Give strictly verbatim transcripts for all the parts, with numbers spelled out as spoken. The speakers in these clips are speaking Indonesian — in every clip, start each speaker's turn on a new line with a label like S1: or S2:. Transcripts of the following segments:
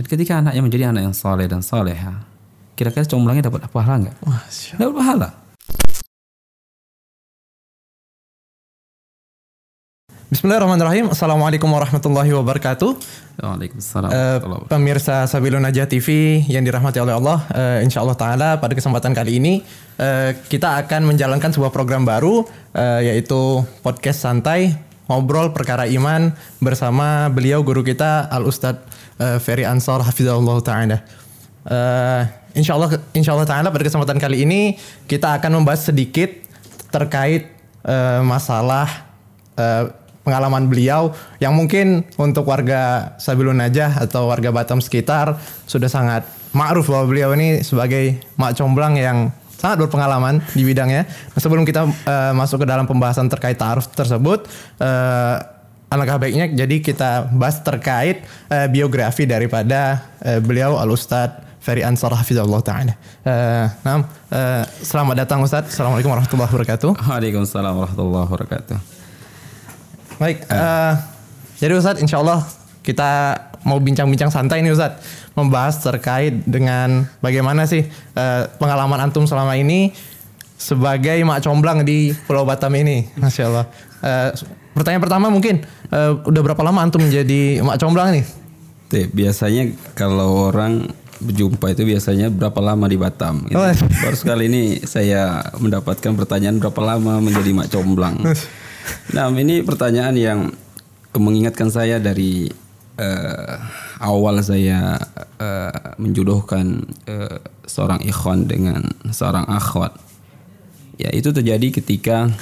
S1: ketika anaknya menjadi anak yang saleh dan saleha, kira-kira comblangnya dapat pahala nggak? Dapat pahala.
S2: Bismillahirrahmanirrahim. Assalamualaikum warahmatullahi wabarakatuh.
S1: Waalaikumsalam.
S2: Uh, pemirsa Sabilun Najah T V yang dirahmati oleh Allah, uh, insya Allah Taala pada kesempatan kali ini uh, kita akan menjalankan sebuah program baru, uh, yaitu podcast santai ngobrol perkara iman bersama beliau guru kita Al Ustadz uh, Ferry Ansor Hafizahullah Taala. Uh, insya Allah insya Allah Taala pada kesempatan kali ini kita akan membahas sedikit terkait uh, masalah uh, pengalaman beliau yang mungkin untuk warga Sabilun Najah atau warga Batam sekitar sudah sangat ma'ruf bahwa beliau ini sebagai mak comblang yang sangat berpengalaman di bidangnya. Nah, sebelum kita uh, masuk ke dalam pembahasan terkait ta'aruf tersebut, uh, alangkah baiknya jadi kita bahas terkait uh, biografi daripada uh, beliau Al-Ustadz Ferry Ansor Hafizahullah Ta'ala. Uh, nah, uh, selamat datang Ustadz. Assalamualaikum warahmatullahi wabarakatuh.
S1: Waalaikumsalam warahmatullahi wabarakatuh.
S2: Baik, uh, jadi Ustadz insya Allah kita mau bincang-bincang santai nih Ustadz, membahas terkait dengan bagaimana sih uh, pengalaman antum selama ini sebagai mak comblang di Pulau Batam ini, Masya Allah. Uh, pertanyaan pertama mungkin, uh, udah berapa lama antum menjadi mak comblang nih?
S1: Biasanya kalau orang berjumpa itu biasanya berapa lama di Batam gitu. Oh. Baru sekali ini saya mendapatkan pertanyaan berapa lama menjadi mak comblang. Nah, ini pertanyaan yang mengingatkan saya dari uh, awal saya uh, menjodohkan uh, seorang ikhwan dengan seorang akhwat. Ya, itu terjadi ketika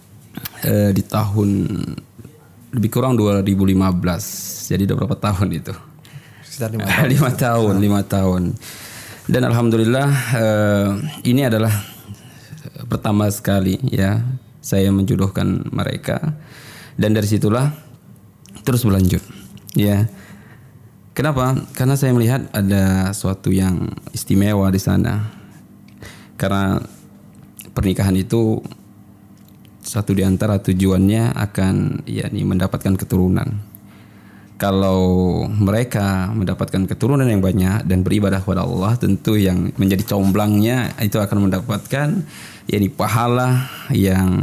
S1: uh, di tahun lebih kurang dua ribu lima belas. Jadi udah berapa tahun itu?
S2: Sekitar lima tahun.
S1: lima tahun, lima tahun. Dan alhamdulillah uh, ini adalah pertama sekali ya saya menjodohkan mereka, dan dari situlah terus berlanjut. Ya, kenapa? Karena saya melihat ada suatu yang istimewa di sana. Karena pernikahan itu satu di antara tujuannya akan yakni mendapatkan keturunan. Kalau mereka mendapatkan keturunan yang banyak dan beribadah kepada Allah, tentu yang menjadi comblangnya itu akan mendapatkan yakni pahala yang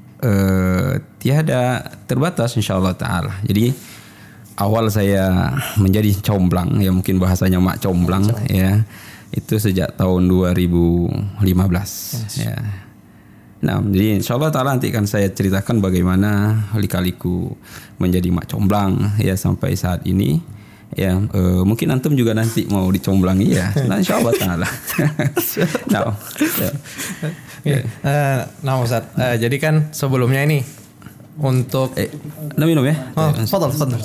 S1: eh, tiada terbatas insyaallah taala. Jadi awal saya menjadi comblang, ya mungkin bahasanya mak comblang ya, itu sejak tahun dua ribu lima belas. Yes. Ya. Nah, jadi insyaallah taala nanti akan saya ceritakan bagaimana lika-liku menjadi mak comblang ya sampai saat ini. Ya, uh, mungkin antum juga nanti mau dicomblangi ya. Nah, insyaallah taala. Nah, ya.
S2: Ya. Uh, nah Ustaz, uh, jadi kan sebelumnya ini untuk
S1: eh, nah minum ya.
S2: Oh, fadhal, fadhal.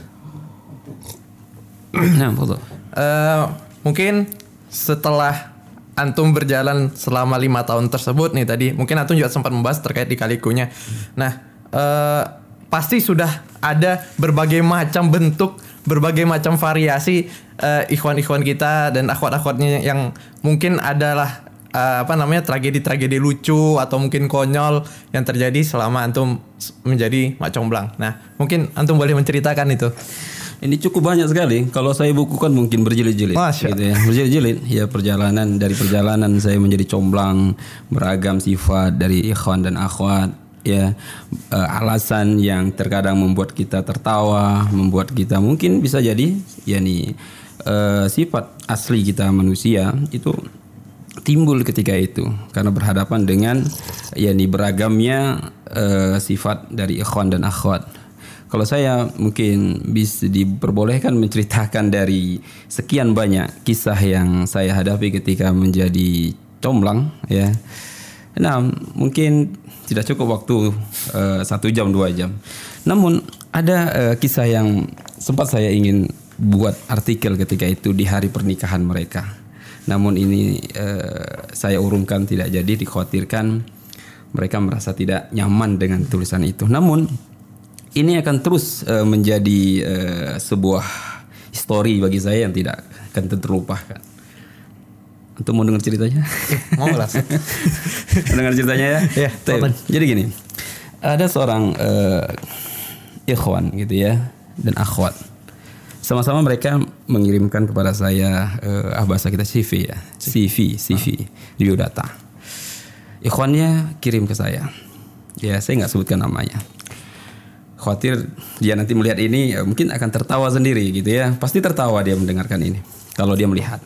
S1: Nah, fadhal.
S2: Uh, mungkin setelah antum berjalan selama lima tahun tersebut nih tadi, mungkin antum juga sempat membahas terkait lika-likunya. Nah, uh, pasti sudah ada berbagai macam bentuk, berbagai macam variasi uh, ikhwan-ikhwan kita dan akhwat-akhwatnya yang mungkin adalah uh, apa namanya tragedi-tragedi lucu atau mungkin konyol yang terjadi selama antum menjadi mak comblang. Nah, mungkin antum boleh menceritakan itu.
S1: Ini cukup banyak sekali. Kalau saya bukukan mungkin berjilid-jilid, gitu ya. Berjilid-jilid. Ya, perjalanan dari perjalanan saya menjadi comblang, beragam sifat dari ikhwan dan akhwat. Ya, uh, alasan yang terkadang membuat kita tertawa, membuat kita mungkin bisa jadi, yakni uh, sifat asli kita manusia itu timbul ketika itu karena berhadapan dengan yakni beragamnya uh, sifat dari ikhwan dan akhwat. Kalau saya mungkin bisa diperbolehkan menceritakan dari sekian banyak kisah yang saya hadapi ketika menjadi comblang ya. Nah, mungkin tidak cukup waktu uh, satu jam dua jam. Namun ada uh, kisah yang sempat saya ingin buat artikel ketika itu di hari pernikahan mereka. Namun ini uh, saya urungkan tidak jadi, dikhawatirkan mereka merasa tidak nyaman dengan tulisan itu. Namun ini akan terus uh, menjadi uh, sebuah histori bagi saya yang tidak akan terlupakan. Untuk mau dengar ceritanya?
S2: Mau lah.
S1: Dengar ceritanya ya?
S2: Ya.
S1: Jadi gini, ada seorang uh, ikhwan gitu ya dan akhwat. sama-sama mereka mengirimkan kepada saya uh, ah bahasa kita C V ya, C V, C V, di biodata. Ikhwannya kirim ke saya. Ya, saya nggak sebutkan namanya. Khawatir dia nanti melihat ini ya, mungkin akan tertawa sendiri gitu ya. Pasti tertawa dia mendengarkan ini kalau dia melihat.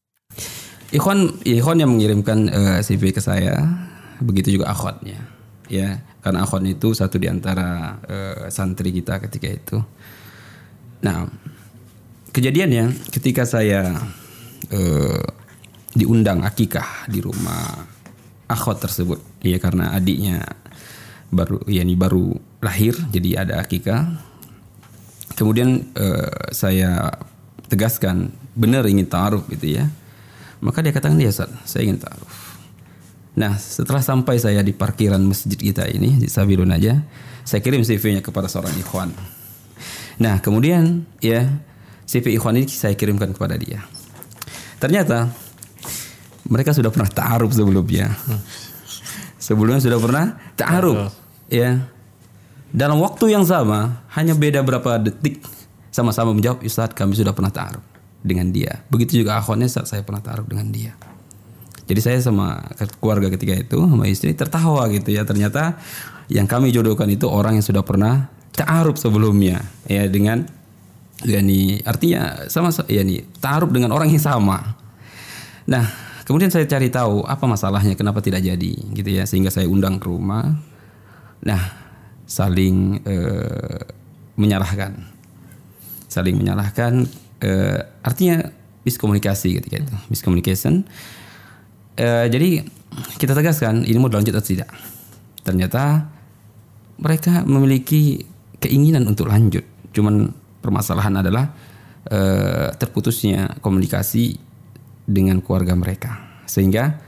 S1: Ikhwan, ikhwan yang mengirimkan uh, C V ke saya, begitu juga akhwatnya. Ya, karena akhwat itu satu di antara uh, santri kita ketika itu. Nah, kejadiannya ketika saya uh, diundang akikah di rumah akhwat tersebut, ya karena adiknya baru, ya ini baru lahir, jadi ada akikah. Kemudian uh, saya tegaskan benar ingin ta'aruf gitu ya. Maka dia katakan, ya Ustaz, saya ingin ta'aruf. Nah, setelah sampai saya di parkiran masjid kita ini di Sabilun aja, saya kirim C V-nya kepada seorang ikhwan. Nah, kemudian ya C V ikhwan ini saya kirimkan kepada dia. Ternyata mereka sudah pernah ta'aruf sebelumnya. Sebelumnya sudah pernah ta'aruf. Ya. Dalam waktu yang sama, hanya beda berapa detik, sama-sama menjawab, Ustaz, kami sudah pernah ta'aruf dengan dia. Begitu juga akhwatnya, Ustaz, saya pernah ta'aruf dengan dia. Jadi saya sama keluarga ketika itu, sama istri tertawa gitu ya. Ternyata yang kami jodohkan itu orang yang sudah pernah ta'aruf sebelumnya, ya dengan ya nih artinya sama ya nih ta'aruf dengan orang yang sama. Nah, kemudian saya cari tahu apa masalahnya, kenapa tidak jadi gitu ya, sehingga saya undang ke rumah. Nah, saling eh, menyalahkan. Saling menyalahkan eh, artinya miskomunikasi ketika itu, miscommunication. Eh, jadi kita tegaskan ini mau dilanjut atau tidak. Ternyata mereka memiliki keinginan untuk lanjut. Cuman permasalahan adalah eh, terputusnya komunikasi dengan keluarga mereka, sehingga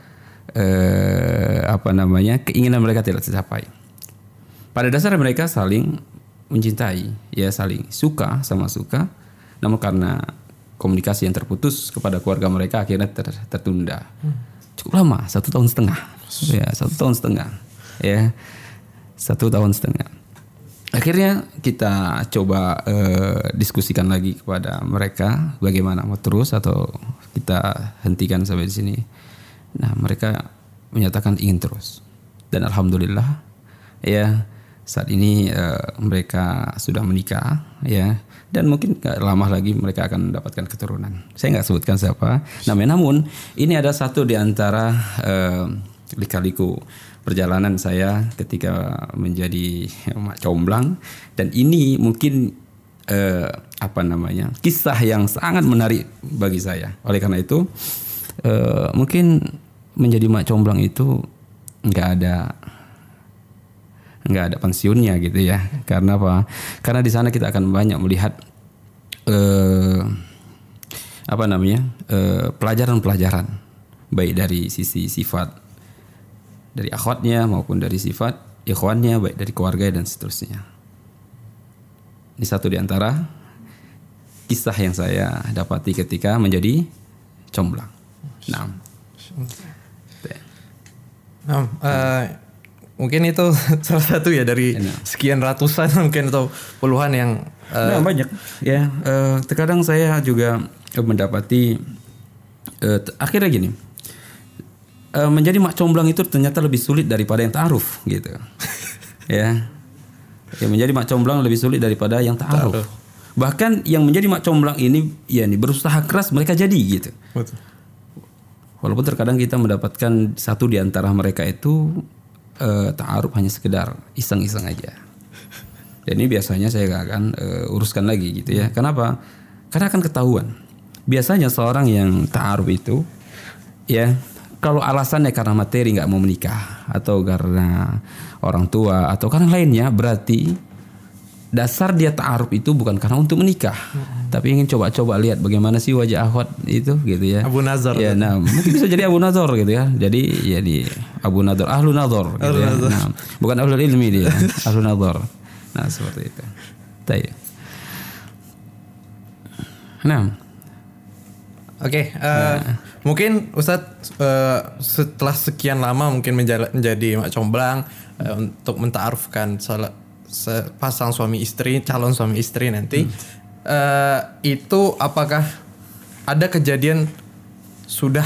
S1: eh, apa namanya keinginan mereka tidak tercapai. Pada dasarnya mereka saling mencintai, ya saling suka sama suka, namun karena komunikasi yang terputus kepada keluarga mereka akhirnya ter, tertunda. Hmm. Cukup lama, satu tahun setengah, ya satu tahun setengah, ya satu tahun setengah. Akhirnya kita coba eh, diskusikan lagi kepada mereka bagaimana mau terus atau kita hentikan sampai di sini. Nah, mereka menyatakan ingin terus, dan alhamdulillah, ya saat ini eh, mereka sudah menikah, ya. Dan mungkin gak lama lagi mereka akan mendapatkan keturunan. Saya nggak sebutkan siapa namanya, namun ini ada satu di antara uh, lika-liku perjalanan saya ketika menjadi mak comblang, dan ini mungkin uh, apa namanya kisah yang sangat menarik bagi saya. Oleh karena itu uh, mungkin menjadi mak comblang itu nggak ada nggak ada pensiunnya gitu ya. Karena apa? Karena di sana kita akan banyak melihat eh, apa namanya eh, pelajaran-pelajaran baik dari sisi sifat dari akhwatnya maupun dari sifat ikhwannya, baik dari keluarga dan seterusnya. Ini satu di antara kisah yang saya dapati ketika menjadi comblang. Nah,
S2: nah uh, mungkin itu salah satu ya dari sekian ratusan mungkin atau puluhan yang uh,
S1: nah, banyak ya. Uh, terkadang saya juga mendapati uh, akhirnya gini, uh, menjadi mak comblang itu ternyata lebih sulit daripada yang ta'aruf gitu. ya. ya menjadi mak comblang lebih sulit daripada yang ta'aruf. Bahkan yang menjadi mak comblang ini ya nih berusaha keras mereka jadi gitu. Betul. Walaupun terkadang kita mendapatkan satu di antara mereka itu Uh, ta'aruf hanya sekedar iseng-iseng aja. Dan ini biasanya saya gak akan uh, uruskan lagi gitu ya. Kenapa? Karena akan ketahuan. Biasanya seorang yang ta'aruf itu ya, kalau alasannya karena materi gak mau menikah, atau karena orang tua, atau karena lainnya, berarti dasar dia ta'aruf itu bukan karena untuk menikah, hmm. tapi ingin coba-coba lihat bagaimana sih wajah akhwat itu gitu ya.
S2: Abu Nazar.
S1: Ya, nah mungkin bisa jadi Abu Nazar gitu ya. Jadi ya di Abu Nazar, ahlu nazar gitu ya. Nah, bukan ahlul ilmi dia, ahlu nazar. Nah seperti itu. Tayyib. Nah,
S2: oke. Okay, uh, nah. Mungkin Ustadz uh, setelah sekian lama mungkin menjala, menjadi mak comblang uh, untuk menta'arufkan salah pasang suami istri, calon suami istri nanti, hmm. uh, itu apakah ada kejadian sudah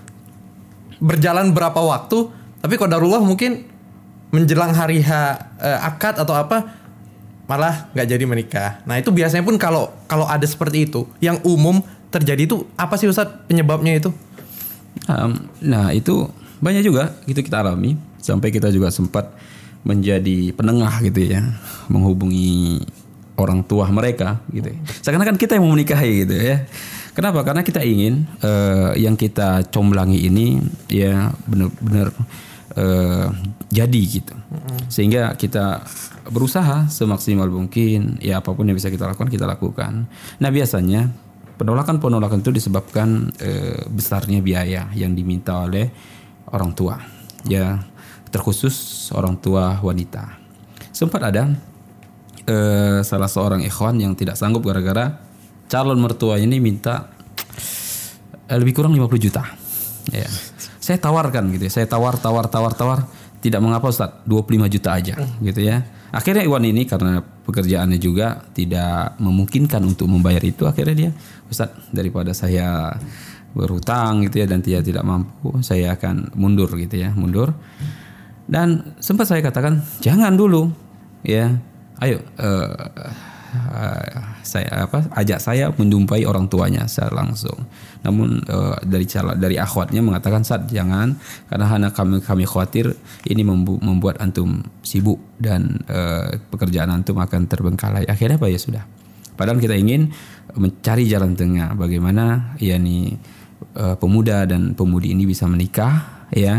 S2: berjalan berapa waktu, tapi qadarullah mungkin menjelang hari H uh, akad atau apa malah nggak jadi menikah. Nah itu biasanya pun kalau kalau ada seperti itu, yang umum terjadi itu apa sih Ustadz penyebabnya itu?
S1: Um, nah itu banyak juga itu kita alami, sampai kita juga sempat menjadi penengah gitu ya, menghubungi orang tua mereka gitu. Seakan-akan kita yang mau menikahi gitu ya. Kenapa? Karena kita ingin uh, yang kita comblangi ini ya benar-benar uh, jadi gitu. Sehingga kita berusaha semaksimal mungkin ya apapun yang bisa kita lakukan kita lakukan. Nah biasanya penolakan-penolakan itu disebabkan uh, besarnya biaya yang diminta oleh orang tua ya. Terkhusus orang tua wanita. Sempat ada uh, salah seorang ikhwan yang tidak sanggup gara-gara calon mertua ini minta uh, lebih kurang lima puluh juta. Ya. Saya tawarkan gitu ya. Saya tawar, tawar, tawar, tawar. Tidak mengapa Ustaz, dua puluh lima juta aja gitu ya. Akhirnya ikhwan ini karena pekerjaannya juga tidak memungkinkan untuk membayar itu. Akhirnya dia, Ustaz daripada saya berhutang gitu ya dan dia tidak mampu, saya akan mundur gitu ya, mundur. Dan sempat saya katakan jangan dulu ya, ayo uh, uh, saya apa ajak saya menjumpai orang tuanya secara langsung. Namun uh, dari cara dari akhwatnya mengatakan Sad jangan, karena hanya kami kami khawatir ini membu- membuat antum sibuk dan uh, pekerjaan antum akan terbengkalai. Akhirnya apa ya sudah. Padahal kita ingin mencari jalan tengah bagaimana yakni uh, pemuda dan pemudi ini bisa menikah ya.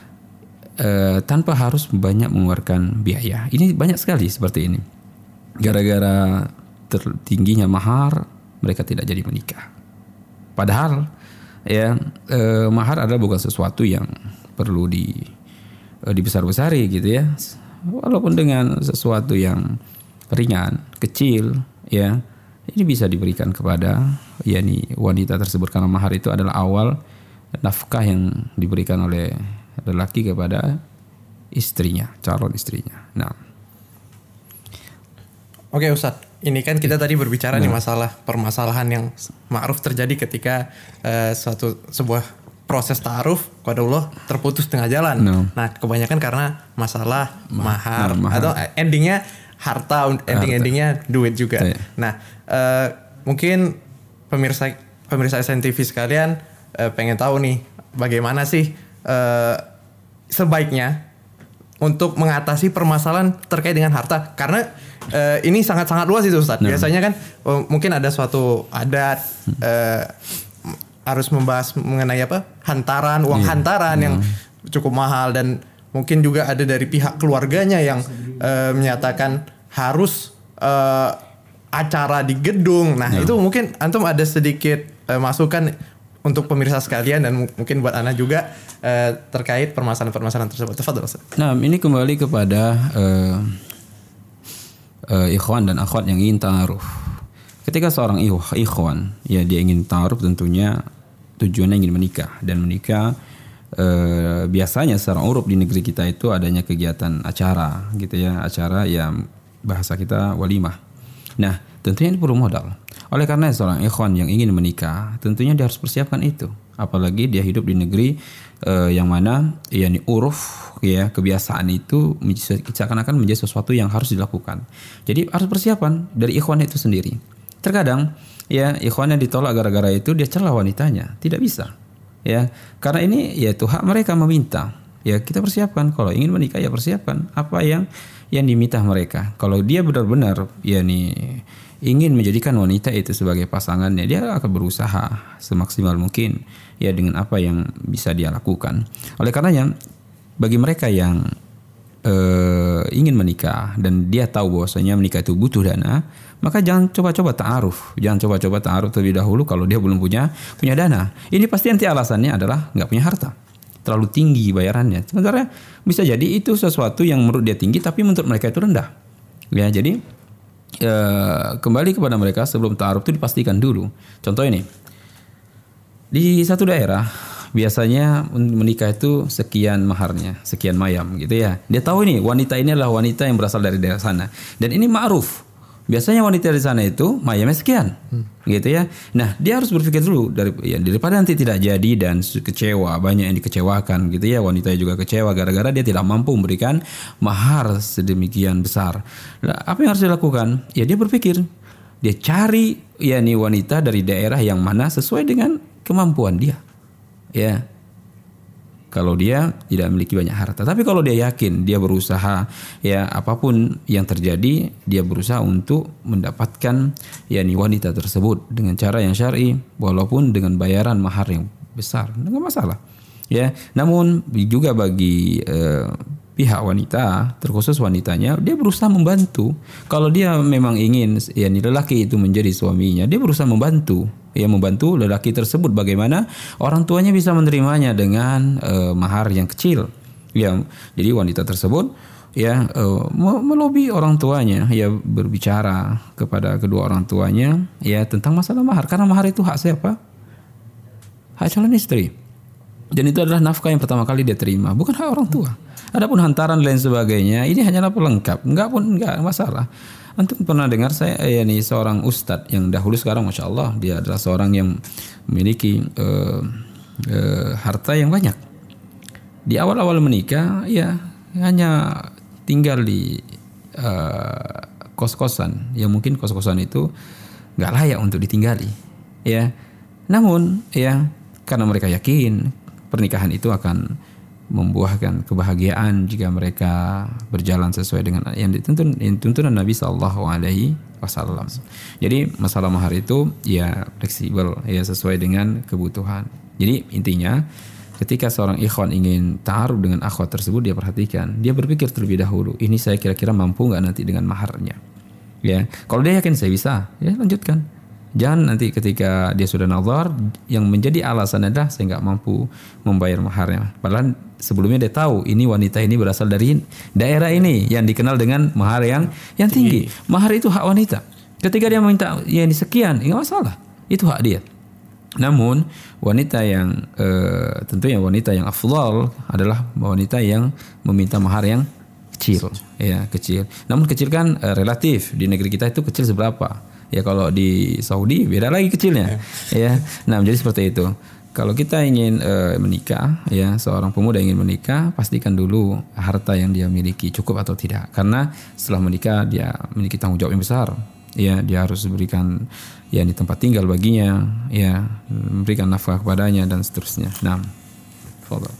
S1: Uh, tanpa harus banyak mengeluarkan biaya. Ini banyak sekali seperti ini. Gara-gara tertingginya mahar, mereka tidak jadi menikah. Padahal ya uh, mahar adalah bukan sesuatu yang perlu di uh, dibesar-besari gitu ya. Walaupun dengan sesuatu yang ringan, kecil ya, ini bisa diberikan kepada yakni wanita tersebut karena mahar itu adalah awal nafkah yang diberikan oleh lelaki kepada istrinya, calon istrinya. Nah,
S2: oke Ustadz, ini kan kita tadi berbicara nah. nih masalah permasalahan yang ma'ruf terjadi ketika uh, suatu sebuah proses ta'aruf qadarullah terputus tengah jalan. No. Nah, kebanyakan karena masalah Ma- mahar, nah, mahar atau endingnya harta, ending-endingnya duit juga. Saya. Nah, uh, mungkin pemirsa pemirsa S N T V sekalian uh, pengen tahu nih bagaimana sih Uh, sebaiknya untuk mengatasi permasalahan terkait dengan harta, karena uh, ini sangat-sangat luas itu Ustadz. No. Biasanya kan uh, mungkin ada suatu adat uh, harus membahas mengenai apa hantaran, uang yeah. hantaran no. yang cukup mahal, dan mungkin juga ada dari pihak keluarganya yang uh, menyatakan harus uh, acara di gedung. Nah no. itu mungkin antum ada sedikit uh, masukan untuk pemirsa sekalian dan mungkin buat Ana juga uh, terkait permasalahan-permasalahan tersebut. Tafadhol Ustaz.
S1: Nah, ini kembali kepada uh, uh, ikhwan dan akhwat yang ingin ta'aruf. Ketika seorang ikhwan ya dia ingin ta'aruf, tentunya tujuannya ingin menikah, dan menikah uh, biasanya secara uruf di negeri kita itu adanya kegiatan acara gitu ya, acara yang bahasa kita walimah. Nah, tentunya ini perlu modal. Oleh karena seorang ikhwan yang ingin menikah, tentunya dia harus persiapkan itu. Apalagi dia hidup di negeri uh, yang mana yakni uruf ya, kebiasaan itu seakan-akan menjadi sesuatu yang harus dilakukan. Jadi harus persiapan dari ikhwan itu sendiri. Terkadang ya ikhwannya ditolak gara-gara itu dia celah wanitanya, tidak bisa. Ya, karena ini yaitu hak mereka meminta. Ya kita persiapkan, kalau ingin menikah ya persiapkan apa yang yang diminta mereka. Kalau dia benar-benar yakni ingin menjadikan wanita itu sebagai pasangannya, dia akan berusaha semaksimal mungkin ya dengan apa yang bisa dia lakukan. Oleh karenanya bagi mereka yang uh, ingin menikah dan dia tahu bahwasanya menikah itu butuh dana, maka jangan coba-coba ta'aruf, jangan coba-coba ta'aruf terlebih dahulu kalau dia belum punya punya dana. Ini pasti nanti alasannya adalah nggak punya harta, terlalu tinggi bayarannya. Sementara bisa jadi itu sesuatu yang menurut dia tinggi tapi menurut mereka itu rendah. Ya jadi Uh, kembali kepada mereka sebelum ta'aruf itu dipastikan dulu. Contoh ini, di satu daerah biasanya menikah itu sekian maharnya, sekian mayam gitu ya. Dia tahu ini wanita ini adalah wanita yang berasal dari daerah sana, dan ini ma'ruf Biasanya wanita di sana itu mayamnya sekian, hmm. gitu ya. Nah dia harus berpikir dulu dari ya, daripada nanti tidak jadi dan kecewa, banyak yang dikecewakan, gitu ya. Wanita juga kecewa gara-gara dia tidak mampu memberikan mahar sedemikian besar. Nah, apa yang harus dilakukan? Ya dia berpikir, dia cari ya nih wanita dari daerah yang mana sesuai dengan kemampuan dia, ya. Kalau dia tidak memiliki banyak harta, tapi kalau dia yakin, dia berusaha, ya apapun yang terjadi, dia berusaha untuk mendapatkan yakni wanita tersebut dengan cara yang syar'i, walaupun dengan bayaran mahar yang besar, enggak masalah. Ya, namun juga bagi eh, pihak wanita, terkhusus wanitanya, dia berusaha membantu. Kalau dia memang ingin yakni lelaki itu menjadi suaminya, dia berusaha membantu. Ya, membantu lelaki tersebut bagaimana orang tuanya bisa menerimanya dengan uh, mahar yang kecil. Ya, jadi wanita tersebut ya uh, melobi orang tuanya, ya berbicara kepada kedua orang tuanya ya tentang masalah mahar, karena mahar itu hak siapa? Hak calon istri. Dan itu adalah nafkah yang pertama kali dia terima, bukan hak orang tua. Adapun hantaran dan lain sebagainya, ini hanyalah pelengkap, enggak pun enggak masalah. Antum pernah dengar saya ya nih seorang ustadz yang dahulu, sekarang masya Allah dia adalah seorang yang memiliki uh, uh, harta yang banyak. Di awal-awal menikah ya hanya tinggal di uh, kos-kosan, yang mungkin kos-kosan itu nggak layak untuk ditinggali, ya. Namun ya karena mereka yakin pernikahan itu akan membuahkan kebahagiaan jika mereka berjalan sesuai dengan yang dituntun tuntunan Nabi Sallallahu Alaihi Wasallam. Jadi masalah mahar itu ya fleksibel, ya sesuai dengan kebutuhan. Jadi intinya ketika seorang ikhwan ingin ta'aruf dengan akhwat tersebut, dia perhatikan, dia berpikir terlebih dahulu, ini saya kira-kira mampu nggak nanti dengan maharnya. Ya, kalau dia yakin saya bisa, ya lanjutkan. Jangan nanti ketika dia sudah nazar yang menjadi alasan adalah saya nggak mampu membayar maharnya. Padahal sebelumnya dia tahu ini wanita ini berasal dari daerah ini yang dikenal dengan mahar yang yang tinggi. Mahar itu hak wanita. Ketika dia minta yang sekian, nggak masalah. Itu hak dia. Namun wanita yang eh, tentunya wanita yang afdal adalah wanita yang meminta mahar yang kecil, ya kecil. Namun kecil kan eh, relatif, di negeri kita itu kecil seberapa? Ya kalau di Saudi beda lagi kecilnya, ya. Nah jadi seperti itu. Kalau kita ingin e, menikah, ya seorang pemuda ingin menikah, pastikan dulu harta yang dia miliki cukup atau tidak. Karena setelah menikah dia memiliki tanggung jawab yang besar. Ya dia harus berikan ya di tempat tinggal baginya, ya memberikan nafkah kepadanya dan seterusnya. Nah, follow.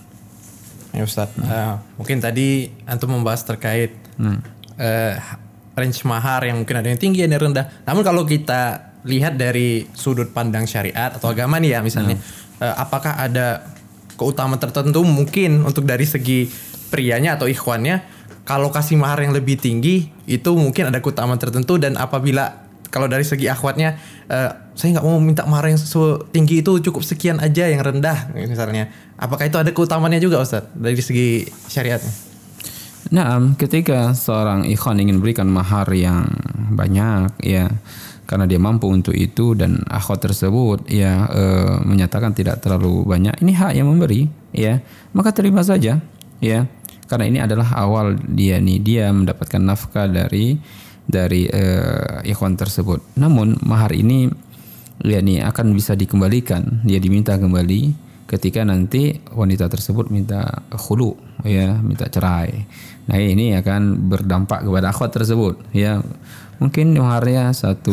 S2: Ya Ustaz, hmm. uh, mungkin tadi antum membahas terkait hmm. uh, range mahar yang mungkin ada yang tinggi, ada yang rendah. Namun kalau kita lihat dari sudut pandang syariat atau agama nih ya misalnya, hmm. uh, apakah ada keutamaan tertentu mungkin untuk dari segi prianya atau ikhwannya, kalau kasih mahar yang lebih tinggi itu mungkin ada keutamaan tertentu, dan apabila kalau dari segi akhwatnya uh, saya nggak mau minta mahar yang tinggi itu, cukup sekian aja yang rendah misalnya, apakah itu ada keutamaannya juga Ustaz dari segi syariatnya?
S1: Nah, ketika seorang ikhwan ingin berikan mahar yang banyak, ya karena dia mampu untuk itu, dan akhwat tersebut ya e, menyatakan tidak terlalu banyak, ini hak yang memberi, ya maka terima saja, ya karena ini adalah awal dia nih dia mendapatkan nafkah dari dari e, ikhwan tersebut. Namun mahar ini ya nih akan bisa dikembalikan, dia diminta kembali ketika nanti wanita tersebut minta khulu, ya minta cerai. Nah ini akan berdampak kepada akhwat tersebut, ya mungkin maharnya satu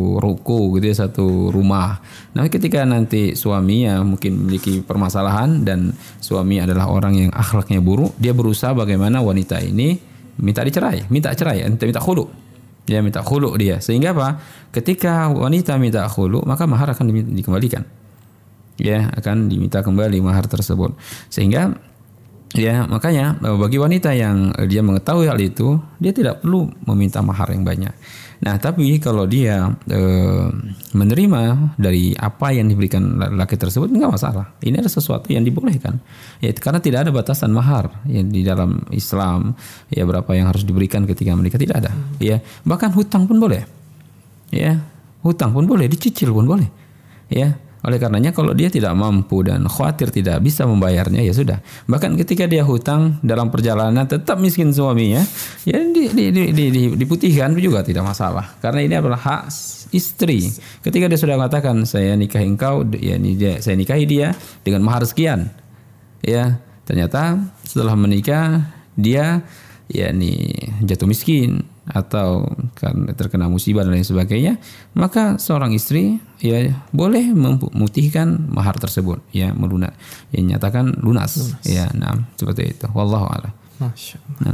S1: ruko gitu ya, satu rumah. Nah ketika nanti suaminya mungkin memiliki permasalahan dan suami adalah orang yang akhlaknya buruk, dia berusaha bagaimana wanita ini minta dicerai, minta cerai, minta khulu, dia minta khulu dia, sehingga apa? Ketika wanita minta khulu, maka mahar akan dikembalikan, ya akan diminta kembali mahar tersebut. Sehingga ya makanya bagi wanita yang dia mengetahui hal itu, dia tidak perlu meminta mahar yang banyak. Nah tapi kalau dia e, menerima dari apa yang diberikan laki tersebut, enggak masalah. Ini adalah sesuatu yang dibolehkan, ya karena tidak ada batasan mahar ya di dalam Islam, ya berapa yang harus diberikan ketika menikah tidak ada, ya bahkan hutang pun boleh, ya hutang pun boleh, dicicil pun boleh, ya Oleh karenanya kalau dia tidak mampu dan khawatir tidak bisa membayarnya, ya sudah. Bahkan ketika dia hutang dalam perjalanan tetap miskin suaminya, ya di, di, di, di, di, diputihkan juga tidak masalah. Karena ini adalah hak istri. Ketika dia sudah mengatakan saya nikahi engkau, ya ini dia, saya nikahi dia dengan mahar sekian. Ya, ternyata setelah menikah dia ya ini jatuh miskin atau karena terkena musibah dan lain sebagainya, maka seorang istri ya boleh memutihkan mahar tersebut, ya melunak, ya nyatakan lunas, lunas. Ya, nah seperti itu. Wallahu a'lam.
S2: Masya Allah. Nah.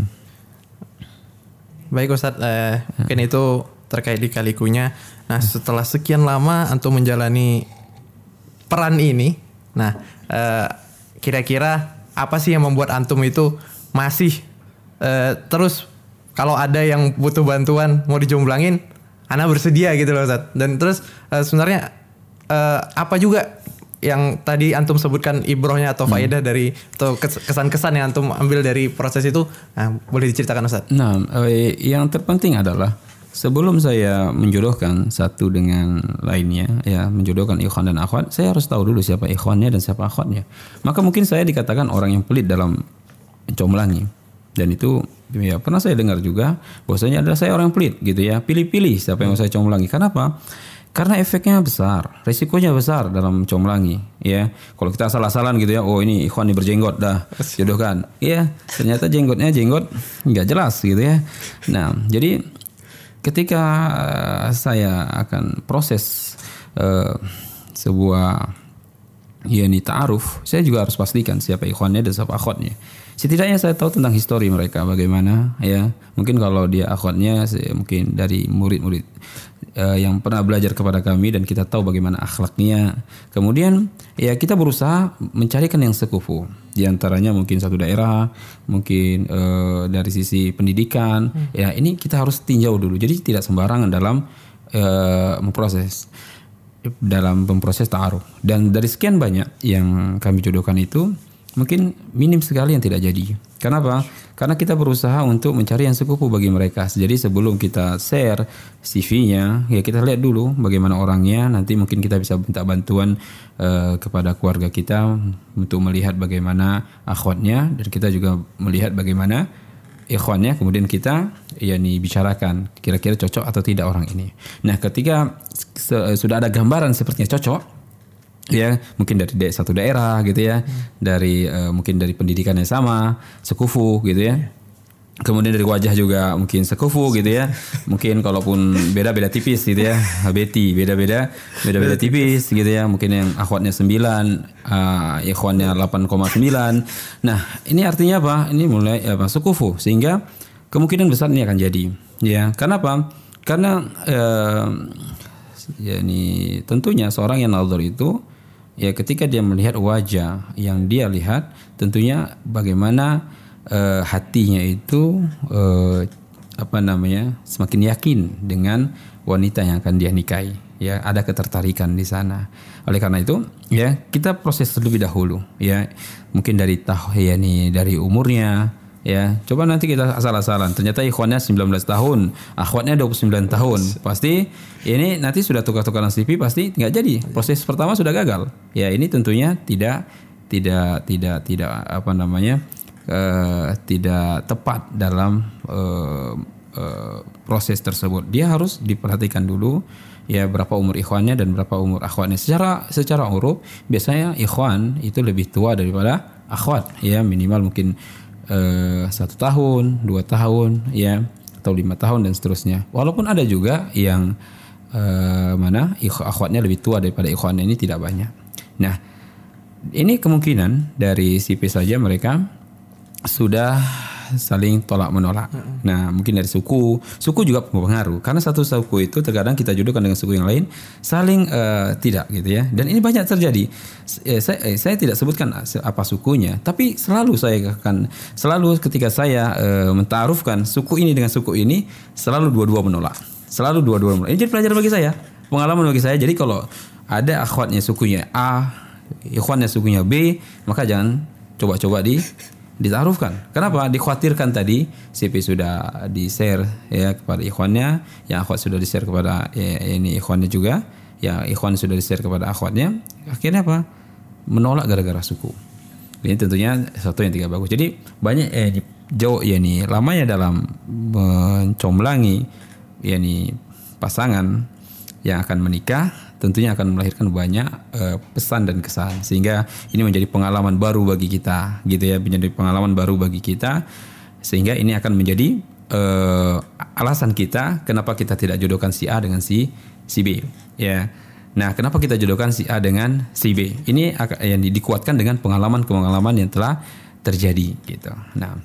S2: Baik Ustadz, eh, nah. mungkin itu terkait lika-likunya. Nah, setelah sekian lama antum menjalani peran ini, nah eh, kira-kira apa sih yang membuat antum itu masih eh, terus kalau ada yang butuh bantuan mau dijomblangin, ana bersedia gitu loh Ustaz. Dan terus uh, sebenarnya uh, apa juga yang tadi antum sebutkan ibrohnya atau faedah hmm. dari atau kesan-kesan yang antum ambil dari proses itu, nah, boleh diceritakan Ustaz?
S1: Nah, eh, yang terpenting adalah sebelum saya menjodohkan satu dengan lainnya, ya menjodohkan ikhwan dan akhwat, saya harus tahu dulu siapa ikhwannya dan siapa akhwatnya. Maka mungkin saya dikatakan orang yang pelit dalam mencomblangi. Dan itu ya pernah saya dengar juga bahwasanya adalah saya orang pelit gitu ya. Pilih-pilih siapa yang mau saya comblangi. Kenapa? Karena efeknya besar, resikonya besar dalam comblangi ya. Kalau kita salah-salah gitu ya, oh ini ikhwan ini berjenggot dah, jodohkan. Iya, ternyata jenggotnya jenggot enggak jelas gitu ya. Nah, jadi ketika saya akan proses uh, sebuah ya ini ta'aruf, saya juga harus pastikan siapa ikhwannya dan siapa akhwatnya. Setidaknya saya tahu tentang histori mereka bagaimana ya. Mungkin kalau dia akhwatnya mungkin dari murid-murid uh, yang pernah belajar kepada kami dan kita tahu bagaimana akhlaknya. Kemudian ya kita berusaha mencarikan yang sekufu. Di antaranya mungkin satu daerah, mungkin uh, dari sisi pendidikan. Hmm. Ya ini kita harus tinjau dulu. Jadi tidak sembarangan dalam uh, memproses dalam memproses ta'aruf. Dan dari sekian banyak yang kami jodohkan itu mungkin minim sekali yang tidak jadi. Kenapa? Karena kita berusaha untuk mencari yang sekufu bagi mereka. Jadi sebelum kita share C V-nya, ya kita lihat dulu bagaimana orangnya. Nanti mungkin kita bisa minta bantuan uh, kepada keluarga kita untuk melihat bagaimana akhwatnya, dan kita juga melihat bagaimana ikhwannya. Kemudian kita ya nih bicarakan kira-kira cocok atau tidak orang ini. Nah, ketika se- sudah ada gambaran sepertinya cocok, ya mungkin dari da- satu daerah gitu ya, hmm. dari uh, mungkin dari pendidikan yang sama, sekufu gitu ya. Kemudian dari wajah juga mungkin sekufu gitu ya. Mungkin kalaupun beda-beda tipis gitu ya, beti beda-beda beda-beda tipis gitu ya. Mungkin yang akhwatnya sembilan, uh, ikhwannya delapan koma sembilan. Nah, ini artinya apa? Ini mulai apa? Sekufu, sehingga kemungkinan besar ini akan jadi. Ya, kenapa? Karena uh, ya ini tentunya seorang yang nazar itu, ya ketika dia melihat wajah yang dia lihat, tentunya bagaimana uh, hatinya itu uh, apa namanya semakin yakin dengan wanita yang akan dia nikahi. Ya, ada ketertarikan di sana. Oleh karena itu, ya kita proses terlebih dahulu. Ya, mungkin dari tahu ya nih dari umurnya. Ya, coba nanti kita asal-asalan. Ternyata ikhwannya sembilan belas tahun, akhwatnya dua puluh sembilan tahun. Pasti ini nanti sudah tukar-tukaran C V, pasti nggak jadi. Proses pertama sudah gagal. Ya, ini tentunya tidak tidak tidak tidak apa namanya uh, tidak tepat dalam uh, uh, proses tersebut. Dia harus diperhatikan dulu. Ya, berapa umur ikhwannya dan berapa umur akhwatnya. Secara secara uruf biasanya ikhwan itu lebih tua daripada akhwat. Ya, minimal mungkin Uh, satu tahun, dua tahun, ya, atau lima tahun dan seterusnya. Walaupun ada juga yang uh, mana akhwatnya lebih tua daripada ikhwannya, ini tidak banyak. Nah, ini kemungkinan dari C P saja mereka sudah saling tolak menolak. Nah, mungkin dari suku, suku juga berpengaruh. Karena satu suku itu terkadang kita jodohkan dengan suku yang lain saling uh, tidak gitu ya. Dan ini banyak terjadi. Eh, saya, eh, saya tidak sebutkan apa sukunya, tapi selalu saya akan selalu ketika saya uh, mentarufkan suku ini dengan suku ini, selalu dua-dua menolak. Selalu dua-dua menolak. Ini jadi pelajaran bagi saya, pengalaman bagi saya. Jadi kalau ada akhwatnya sukunya A, ikhwannya sukunya B, maka jangan coba-coba di ditaruhkan. Kenapa? Dikhawatirkan tadi C P sudah di-share ya kepada ikhwannya, yang akhwat sudah di-share kepada ya, ini ikhwannya juga. ya ikhwan sudah di-share kepada akhwatnya, akhirnya apa? Menolak gara-gara suku. Ini tentunya sesuatu yang tidak bagus. Jadi banyak eh jauh ya nih lamanya dalam mencomblangi ya nih pasangan yang akan menikah tentunya akan melahirkan banyak uh, pesan dan kesan, sehingga ini menjadi pengalaman baru bagi kita gitu ya, menjadi pengalaman baru bagi kita, sehingga ini akan menjadi uh, alasan kita kenapa kita tidak jodohkan si A dengan si si B ya. Nah, kenapa kita jodohkan si A dengan si B? Ini akan yang dikuatkan dengan pengalaman-pengalaman yang telah terjadi gitu. Nah,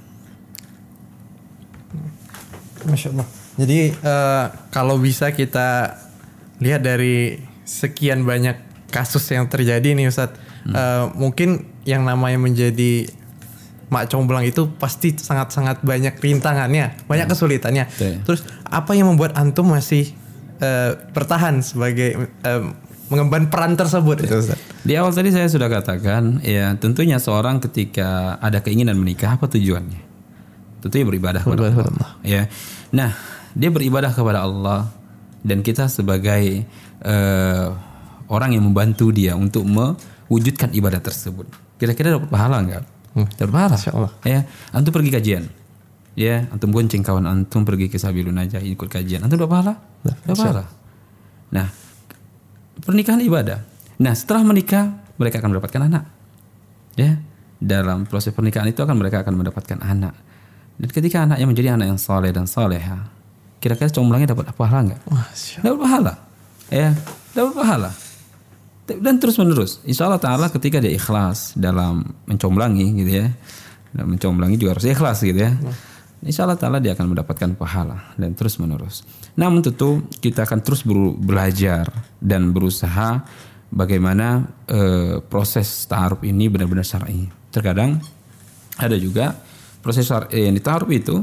S2: Masya Allah. Jadi uh, kalau bisa kita lihat dari sekian banyak kasus yang terjadi nih Ustadz, hmm. uh, mungkin yang namanya menjadi mak comblang itu pasti sangat-sangat banyak rintangannya, banyak hmm. kesulitannya. Betul. Terus apa yang membuat antum masih uh, bertahan sebagai uh, mengemban peran tersebut? Itu, Ustadz?
S1: Di awal tadi saya sudah katakan, ya tentunya seorang ketika ada keinginan menikah, apa tujuannya? Tentunya beribadah kepada Allah. Allah. Ya, nah dia beribadah kepada Allah. Dan kita sebagai uh, orang yang membantu dia untuk mewujudkan ibadah tersebut, kira-kira dapat pahala enggak? Hmm. Dapat pahala. Insyaallah. Ya, antum pergi kajian. Ya, antum gonceng kawan antum pergi ke Sabilun aja ikut kajian. Antum dapat pahala? Dapat pahala. Nah, pernikahan ibadah. Nah, setelah menikah mereka akan mendapatkan anak. Ya, dalam proses pernikahan itu akan mereka akan mendapatkan anak. Dan ketika anaknya menjadi anak yang saleh dan saleha, kira-kira comblangnya dapat pahala enggak? Dapat pahala. Ya, dapat pahala. Dan terus menerus. Insya Allah Ta'ala ketika dia ikhlas dalam mencomblangi gitu ya. Dan mencomblangi juga harus ikhlas gitu ya. Insya Allah Ta'ala dia akan mendapatkan pahala. Dan terus menerus. Namun tentu kita akan terus belajar dan berusaha bagaimana e, proses ta'aruf ini benar-benar syar'i. Terkadang ada juga proses syar'i yang ta'aruf itu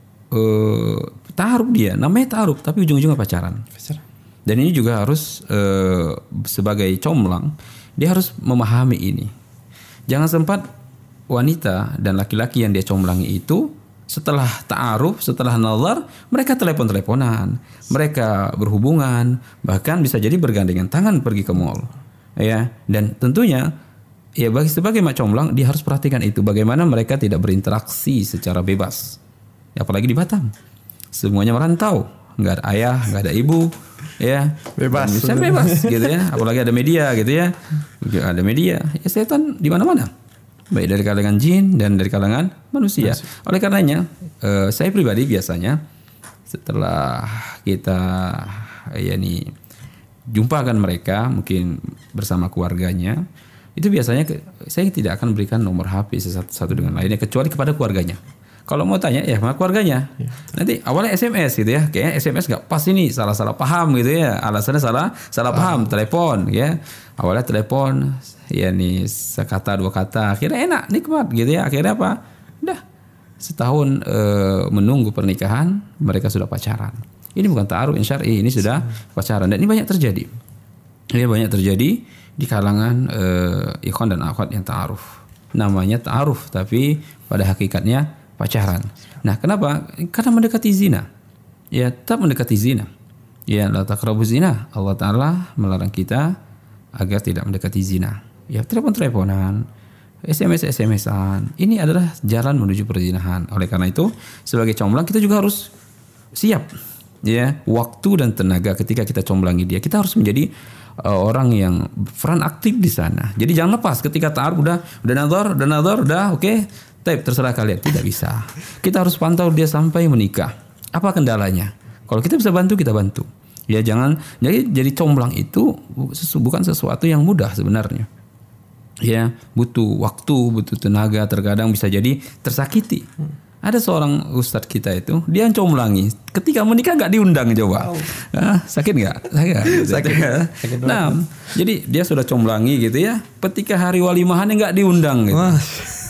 S1: Uh, ta'aruf dia, namanya ta'aruf tapi ujung-ujungnya pacaran. Dan ini juga harus uh, sebagai comblang dia harus memahami ini. Jangan sempat wanita dan laki-laki yang dia comblangi itu setelah ta'aruf, setelah nazar, mereka telepon-teleponan, mereka berhubungan, bahkan bisa jadi bergandengan tangan pergi ke mall. Ya, dan tentunya ya bagi sebagai mak comblang dia harus perhatikan itu, bagaimana mereka tidak berinteraksi secara bebas. Apalagi di Batam, semuanya merantau, nggak ada ayah, nggak ada ibu, ya bebas, bisa bebas gitu ya. Apalagi ada media gitu ya, ada media, ya setan di mana-mana, baik dari kalangan jin dan dari kalangan manusia. Oleh karenanya, eh, saya pribadi biasanya setelah kita ya nih jumpakan mereka, mungkin bersama keluarganya, itu biasanya saya tidak akan berikan nomor H P satu satu dengan lainnya kecuali kepada keluarganya. Kalau mau tanya ya sama keluarganya. Ya. Nanti awalnya S M S gitu ya. Kayaknya S M S enggak pas ini, salah-salah paham gitu ya. Alasannya salah salah paham, telepon ya. Awalnya telepon ya nih sekata dua kata, akhirnya enak, nikmat gitu ya. Akhirnya apa? Udah setahun e, menunggu pernikahan, mereka sudah pacaran. Ini bukan ta'aruf yang syar'i, ini sudah pacaran dan ini banyak terjadi. Ini banyak terjadi di kalangan e, ikhwan dan akhwat yang ta'aruf. Namanya ta'aruf tapi pada hakikatnya pacaran. Nah, kenapa? Karena mendekati zina. Ya, tetap mendekati zina. Ya, la taqrabu zina. Allah Ta'ala melarang kita agar tidak mendekati zina. Ya, telepon-teleponan, S M S S M S-an. Ini adalah jalan menuju perzinahan. Oleh karena itu, sebagai comblang kita juga harus siap. Ya, waktu dan tenaga ketika kita comblangi dia. Kita harus menjadi uh, orang yang peran aktif di sana. Jadi jangan lepas ketika ta'aruf udah udah nazar, udah nazar, udah oke. Okay. Tapi terserah kalian, tidak bisa. Kita harus pantau dia sampai menikah. Apa kendalanya? Kalau kita bisa bantu, kita bantu. Ya jangan jadi jadi comblang itu bukan sesuatu yang mudah sebenarnya. Ya butuh waktu, butuh tenaga. Terkadang bisa jadi tersakiti. Ada seorang ustadz kita itu dia comblangi. Ketika menikah nggak diundang coba. Oh. Nah, sakit nggak? Sakit. Sakit. sakit nah, jadi dia sudah comblangi gitu ya. Ketika hari walimahannya nggak diundang gitu. Wah.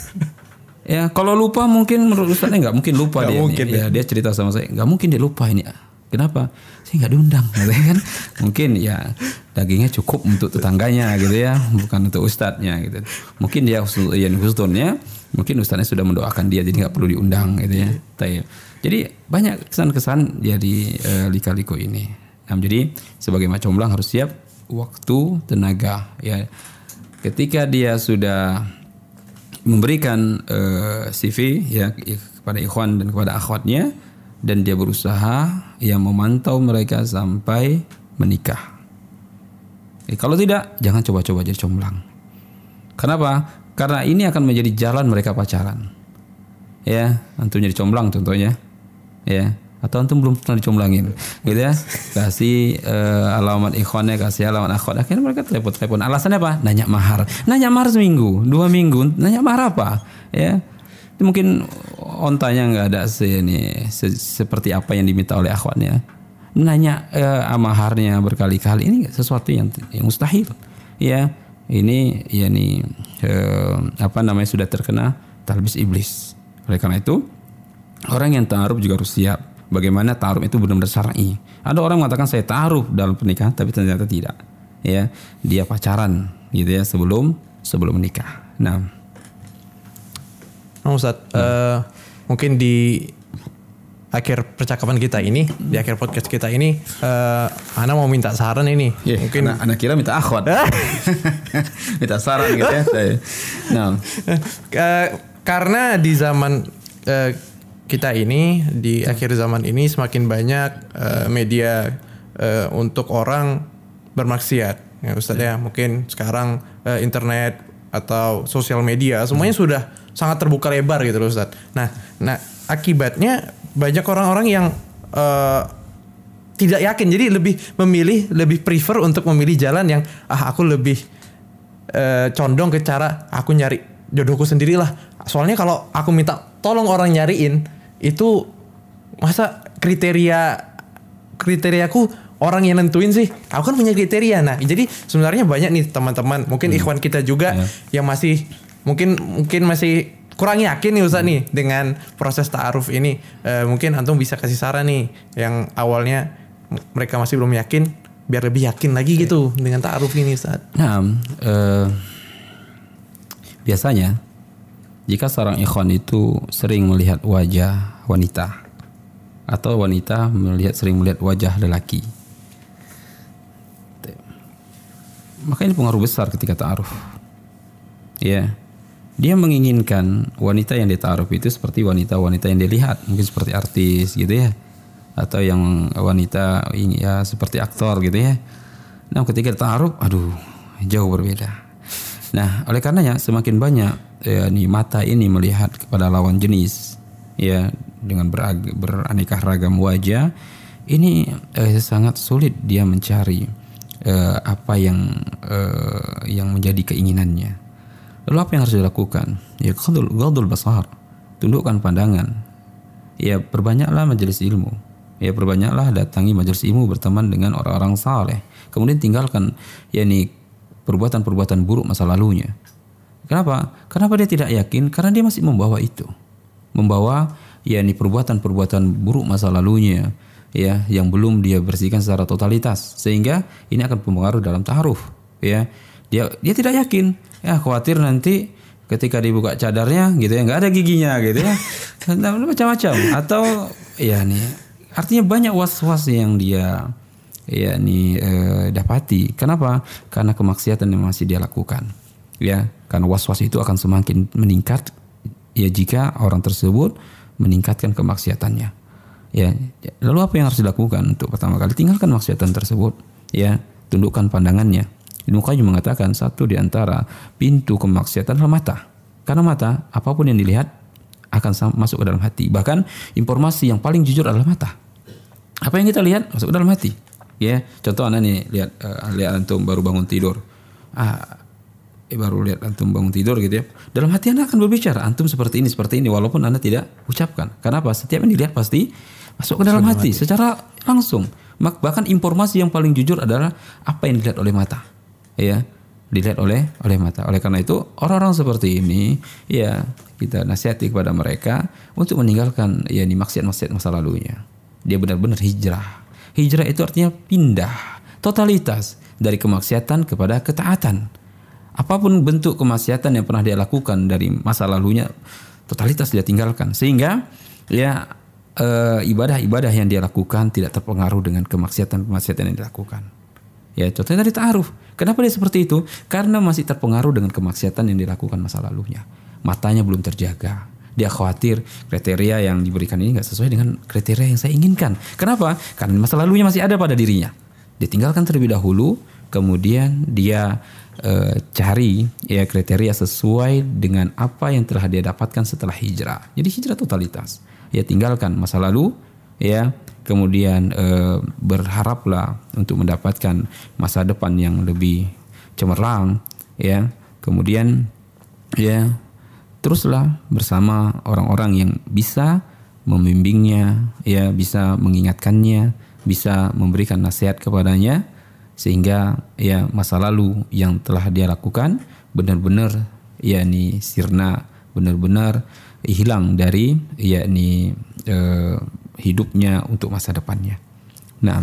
S1: Ya kalau lupa mungkin menurut ustadznya nggak mungkin lupa gak dia. Mungkin, ya, ya dia cerita sama saya nggak mungkin dia lupa ini. Kenapa? Saya nggak diundang, gitu kan? Mungkin ya dagingnya cukup untuk tetangganya gitu ya, bukan untuk ustadznya gitu. Mungkin dia yang khususnya, mungkin ustadznya sudah mendoakan dia jadi nggak perlu diundang gitu ya. Jadi banyak kesan-kesan jadi uh, lika-liku ini. Nah, jadi sebagai mak comblang harus siap waktu, tenaga. Ya, ketika dia sudah memberikan uh, C V ya kepada ikhwan dan kepada akhwatnya, dan dia berusaha yang memantau mereka sampai menikah. Eh, kalau tidak, jangan coba-coba jadi comblang. Kenapa? Karena ini akan menjadi jalan mereka pacaran. Ya, antum jadi comblang contohnya. Ya, atau antum belum pernah dicomblangin, gitu ya. Kasih uh, alamat ikhwannya, kasih alamat akhwat. Akhirnya mereka telepon-telepon. Alasannya apa? Nanya mahar. Nanya mahar seminggu, dua minggu, nanya mahar apa? Ya. Mungkin ontanya nggak ada se, ini, se, seperti apa yang diminta oleh akhwatnya. Nanya uh, maharnya berkali-kali, ini sesuatu yang, yang mustahil. Ya, ini ya nih uh, apa namanya sudah terkena talbis iblis. Oleh karena itu, orang yang ta'aruf juga harus siap. Bagaimana ta'aruf itu benar-benar syar'i. Ada orang mengatakan saya ta'aruf dalam pernikahan, tapi ternyata tidak. Ya, dia pacaran gitu ya sebelum sebelum menikah. Nah,
S2: oh, Ustaz, hmm. uh, mungkin di akhir percakapan kita ini, hmm. di akhir podcast kita ini, uh, Ana mau minta saran ini.
S1: Yeah, mungkin Ana, Ana kira minta akhwat, minta saran gitu ya. Nah,
S2: uh, karena di zaman uh, kita ini, di akhir zaman ini semakin banyak uh, media uh, untuk orang bermaksiat, ya Ustaz ya. Mungkin sekarang uh, internet atau sosial media semuanya hmm. sudah sangat terbuka lebar gitu loh Ustaz. Nah, nah akibatnya banyak orang-orang yang uh, tidak yakin, jadi lebih memilih, lebih prefer untuk memilih jalan yang ah aku lebih uh, condong ke cara aku nyari jodohku sendirilah. Soalnya kalau aku minta tolong orang nyariin, itu masa kriteria kriteriaku orang yang nentuin sih. Aku kan punya kriteria. Nah, jadi sebenarnya banyak nih teman-teman, mungkin hmm. ikhwan kita juga yeah. yang masih mungkin mungkin masih kurang yakin nih Ustaz hmm. nih dengan proses ta'aruf ini. E, mungkin antum bisa kasih saran nih yang awalnya mereka masih belum yakin, biar lebih yakin lagi okay. gitu dengan ta'aruf ini Ustaz.
S1: Nah, uh, biasanya jika seorang ikhwan itu sering melihat wajah wanita atau wanita melihat sering melihat wajah lelaki, maka ini pengaruh besar ketika ta'aruf. Ya, dia menginginkan wanita yang dita'aruf itu seperti wanita-wanita yang dilihat, mungkin seperti artis gitu ya, atau yang wanita ini ya seperti aktor gitu ya. Nah, ketika ta'aruf, aduh, jauh berbeda. Nah, oleh karenanya semakin banyak ya, nih mata ini melihat kepada lawan jenis ya dengan berag- beraneka ragam wajah, ini eh, sangat sulit dia mencari eh, apa yang eh, yang menjadi keinginannya. Lalu apa yang harus dilakukan? Ya ghadul ghadul basar, tundukkan pandangan. Ya perbanyaklah majelis ilmu. Ya perbanyaklah datangi majelis ilmu, berteman dengan orang-orang saleh. Kemudian tinggalkan yakni perbuatan-perbuatan buruk masa lalunya. Kenapa? Kenapa dia tidak yakin? Karena dia masih membawa itu. Membawa yakni perbuatan-perbuatan buruk masa lalunya ya yang belum dia bersihkan secara totalitas, sehingga ini akan mempengaruhi dalam ta'aruf ya. Dia dia tidak yakin. Ya khawatir nanti ketika dibuka cadarnya gitu ya enggak ada giginya gitu ya. Macam-macam atau ya nih artinya banyak was-was yang dia ya nih eh, dapati. Kenapa? Karena kemaksiatan yang masih dia lakukan. Ya, karena was-was itu akan semakin meningkat ya jika orang tersebut meningkatkan kemaksiatannya. Ya, lalu apa yang harus dilakukan? Untuk pertama kali tinggalkan maksiatan tersebut. Ya, tundukkan pandangannya. Ibnu Qayyim mengatakan satu di antara pintu kemaksiatan adalah mata. Karena mata, apapun yang dilihat akan masuk ke dalam hati. Bahkan informasi yang paling jujur adalah mata. Apa yang kita lihat masuk ke dalam hati. Ya, contoh anda nih lihat uh, lihat antum baru bangun tidur. Ah, eh, baru lihat antum bangun tidur gitu ya. Dalam hati anda akan berbicara, antum seperti ini, seperti ini, walaupun anda tidak ucapkan. Karena apa? Setiap yang dilihat pasti masuk ke dalam hati, hati secara langsung. Bahkan informasi yang paling jujur adalah apa yang dilihat oleh mata. Ya, dilihat oleh oleh mata. Oleh karena itu, orang-orang seperti ini ya kita nasihati kepada mereka untuk meninggalkan ya ini maksiat-maksiat masa lalunya. Dia benar-benar hijrah. Hijrah itu artinya pindah totalitas dari kemaksiatan kepada ketaatan. Apapun bentuk kemaksiatan yang pernah dia lakukan dari masa lalunya, totalitas dia tinggalkan. Sehingga ya e, ibadah-ibadah yang dia lakukan tidak terpengaruh dengan kemaksiatan-kemaksiatan yang dilakukan. Ya contohnya tadi ta'aruf. Kenapa dia seperti itu? Karena masih terpengaruh dengan kemaksiatan yang dilakukan masa lalunya. Matanya belum terjaga. Dia khawatir kriteria yang diberikan ini gak sesuai dengan kriteria yang saya inginkan. Kenapa? Karena masa lalunya masih ada pada dirinya. Ditinggalkan terlebih dahulu, kemudian dia e, cari ya kriteria sesuai dengan apa yang telah dia dapatkan setelah hijrah. Jadi hijrah totalitas. Ya tinggalkan masa lalu, ya kemudian e, berharaplah untuk mendapatkan masa depan yang lebih cemerlang, ya. Kemudian ya teruslah bersama orang-orang yang bisa membimbingnya, ya bisa mengingatkannya, bisa memberikan nasihat kepadanya, sehingga ya masa lalu yang telah dia lakukan benar-benar yakni sirna, benar-benar hilang dari yakni eh, hidupnya untuk masa depannya. Nah,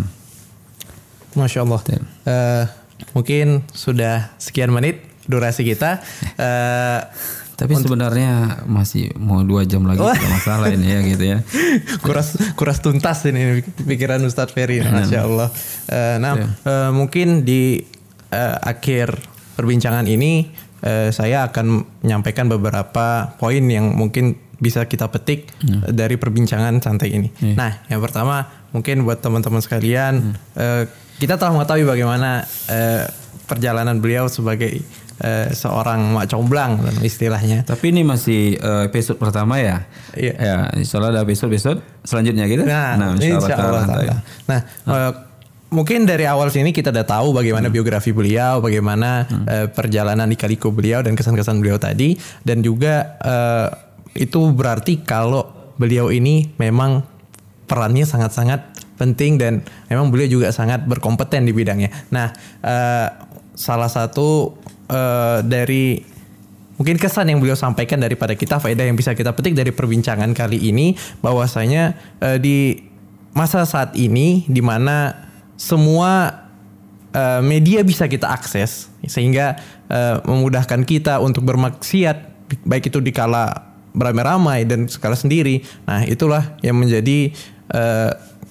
S2: Masya Allah. Uh, mungkin sudah sekian menit durasi kita. Uh,
S1: Tapi untuk, sebenarnya masih mau dua jam lagi, tidak masalah ini ya gitu ya.
S2: Kuras kuras tuntas ini pikiran Ustadz Ferry, Masya Allah. Uh, nah, ya. uh, mungkin di uh, akhir perbincangan ini uh, saya akan menyampaikan beberapa poin yang mungkin bisa kita petik ya. dari perbincangan santai ini. Ya. Nah, yang pertama mungkin buat teman-teman sekalian, ya. uh, kita telah mengetahui bagaimana uh, perjalanan beliau sebagai Uh, seorang mak comblang istilahnya.
S1: Tapi ini masih uh, episode pertama ya.
S2: Iya.
S1: Ya, insyaallah ada episode-episode selanjutnya gitu.
S2: Nah, nah insyaallah. Insya nah, uh, mungkin dari awal sini kita udah tahu bagaimana hmm. biografi beliau, bagaimana hmm. uh, perjalanan lika-liku beliau dan kesan-kesan beliau tadi, dan juga uh, itu berarti kalau beliau ini memang perannya sangat-sangat penting dan memang beliau juga sangat berkompeten di bidangnya. Nah, uh, salah satu Uh, dari mungkin kesan yang beliau sampaikan daripada kita, faedah yang bisa kita petik dari perbincangan kali ini, bahwasanya uh, di masa saat ini di mana semua uh, media bisa kita akses sehingga uh, memudahkan kita untuk bermaksiat, baik itu di kala beramai-ramai dan skala sendiri. Nah, itulah yang menjadi uh,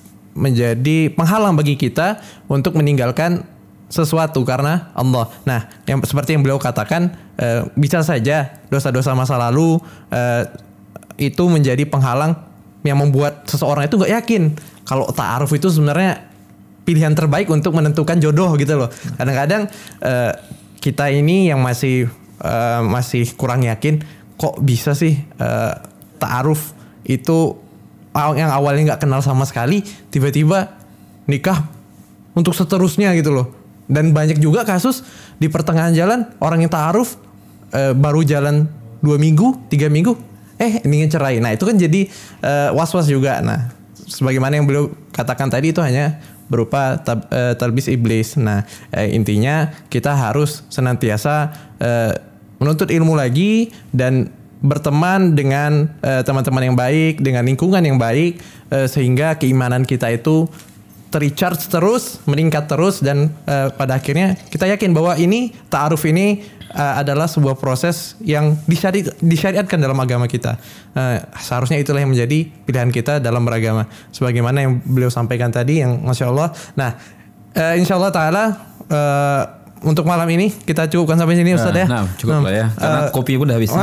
S2: menjadi penghalang bagi kita untuk meninggalkan sesuatu karena Allah. Nah, yang seperti yang beliau katakan, e, bisa saja dosa-dosa masa lalu e, itu menjadi penghalang yang membuat seseorang itu nggak yakin kalau ta'aruf itu sebenarnya pilihan terbaik untuk menentukan jodoh gitu loh. Kadang-kadang e, kita ini yang masih e, masih kurang yakin, kok bisa sih e, ta'aruf itu yang awalnya nggak kenal sama sekali tiba-tiba nikah untuk seterusnya gitu loh. Dan banyak juga kasus di pertengahan jalan orang yang ta'aruf e, baru jalan dua minggu, tiga minggu, eh ingin cerai. Nah itu kan jadi e, was-was juga. Nah sebagaimana yang beliau katakan tadi itu hanya berupa tab, e, talbis iblis. Nah e, intinya kita harus senantiasa e, menuntut ilmu lagi dan berteman dengan e, teman-teman yang baik, dengan lingkungan yang baik, e, sehingga keimanan kita itu tercharge terus, meningkat terus, dan uh, pada akhirnya kita yakin bahwa ini ta'aruf ini uh, adalah sebuah proses yang disyari, disyariatkan dalam agama kita. Uh, seharusnya itulah yang menjadi pilihan kita dalam beragama. Sebagaimana yang beliau sampaikan tadi, yang Masya Allah. Nah, uh, Insya Allah Ta'ala uh, untuk malam ini kita cukupkan sampai sini, Ustaz, ya.
S1: Nah, cukup lah ya, karena uh, kopi pun udah habis.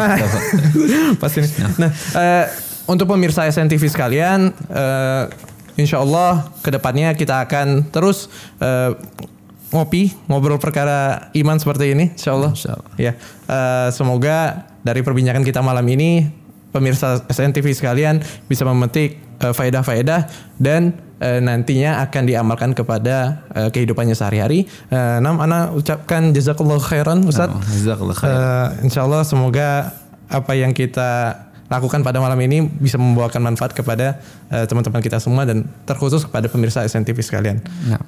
S2: Pas ini. Nah, uh, untuk pemirsa S N T V sekalian, uh, Insya Allah kedepannya kita akan terus uh, ngopi, ngobrol perkara iman seperti ini, Insya Allah.
S1: Insya Allah.
S2: Ya, uh, semoga dari perbincangan kita malam ini, pemirsa S N T V sekalian bisa memetik uh, faedah-faedah dan uh, nantinya akan diamalkan kepada uh, kehidupannya sehari-hari. Uh, Nam, ana ucapkan jazakallahu khairan, Ustaz.
S1: Oh, jazakallahu khairan.
S2: Uh, Insya Allah semoga apa yang kita lakukan pada malam ini bisa membawakan manfaat kepada uh, teman-teman kita semua dan terkhusus kepada pemirsa S N T V sekalian.
S1: Nah.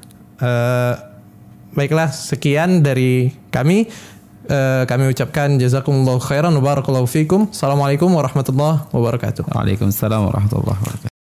S2: Uh, baiklah, sekian dari kami. Uh, kami ucapkan jazakumullahu khairan wa barakallahu fikum. Assalamualaikum warahmatullahi wabarakatuh.
S1: Waalaikumsalam warahmatullahi wabarakatuh.